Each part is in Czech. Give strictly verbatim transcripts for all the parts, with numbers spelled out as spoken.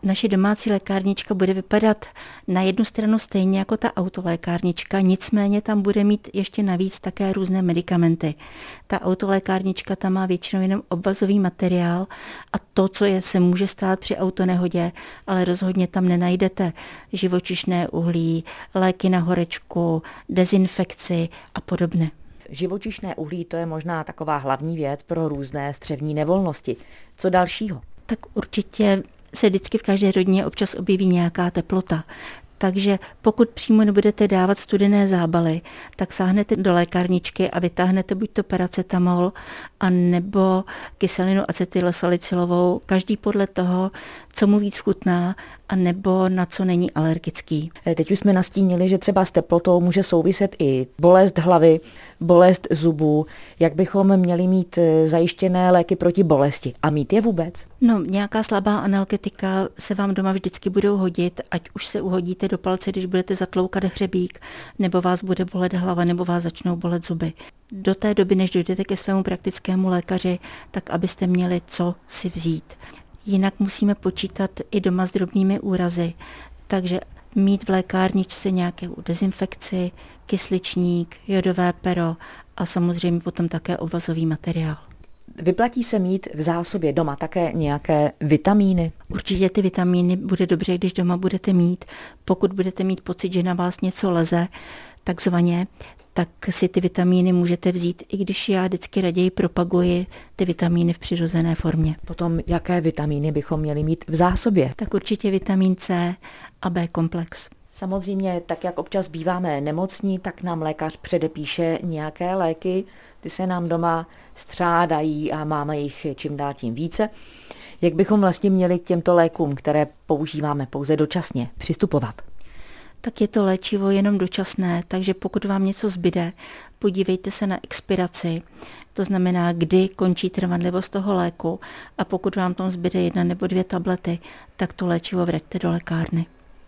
Naše domácí lékárnička bude vypadat na jednu stranu stejně jako ta autolékárnička, nicméně tam bude mít ještě navíc také různé medikamenty. Ta autolékárnička tam má většinou jenom obvazový materiál a to, co je, se může stát při autonehodě, ale rozhodně tam nenajdete živočišné uhlí, léky na horečku, dezinfekci a podobně. Živočišné uhlí, to je možná taková hlavní věc pro různé střevní nevolnosti. Co dalšího? Tak určitě se vždycky v každé rodině občas objeví nějaká teplota. Takže pokud přímo nebudete dávat studené zábaly, tak sáhnete do lékárničky a vytáhnete buď to paracetamol, a nebo kyselinu acetylsalicylovou, každý podle toho, co mu víc chutná, a nebo na co není alergický. Teď už jsme nastínili, že třeba s teplotou může souviset i bolest hlavy, bolest zubů. Jak bychom měli mít zajištěné léky proti bolesti? A mít je vůbec? No, nějaká slabá analgetika se vám doma vždycky budou hodit, ať už se uhodíte do palce, když budete zatloukat hřebík, nebo vás bude bolet hlava, nebo vás začnou bolet zuby. Do té doby, než dojdete ke svému praktickému lékaři, tak abyste měli co si vzít. Jinak musíme počítat i doma s drobnými úrazy, takže mít v lékárničce nějakou dezinfekci, kysličník, jodové pero a samozřejmě potom také obvazový materiál. Vyplatí se mít v zásobě doma také nějaké vitamíny? Určitě ty vitamíny bude dobře, když doma budete mít. Pokud budete mít pocit, že na vás něco leze, takzvaně, tak si ty vitamíny můžete vzít, i když já vždycky raději propaguji ty vitamíny v přirozené formě. Potom jaké vitamíny bychom měli mít v zásobě? Tak určitě vitamin C a B komplex. Samozřejmě, tak jak občas býváme nemocní, tak nám lékař předepíše nějaké léky, ty se nám doma střádají a máme jich čím dál tím více. Jak bychom vlastně měli k těmto lékům, které používáme pouze dočasně, přistupovat? Tak je to léčivo jenom dočasné, takže pokud vám něco zbyde, podívejte se na expiraci, to znamená, kdy končí trvanlivost toho léku, a pokud vám tam zbyde jedna nebo dvě tablety, tak to léčivo vraťte do lékárny.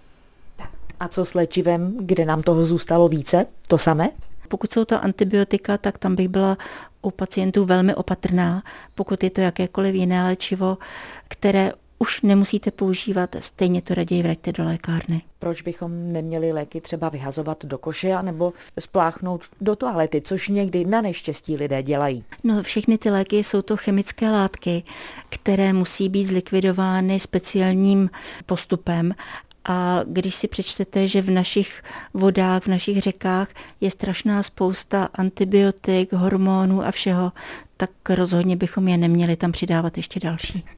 A co s léčivem, kde nám toho zůstalo více? To samé? Pokud jsou to antibiotika, tak tam bych byla u pacientů velmi opatrná. Pokud je to jakékoliv jiné léčivo, které už nemusíte používat, stejně to raději vraťte do lékárny. Proč bychom neměli léky třeba vyhazovat do koše nebo spláchnout do toalety, což někdy na neštěstí lidé dělají? No, všechny ty léky jsou to chemické látky, které musí být zlikvidovány speciálním postupem. A když si přečtete, že v našich vodách, v našich řekách je strašná spousta antibiotik, hormonů a všeho, tak rozhodně bychom je neměli tam přidávat ještě další.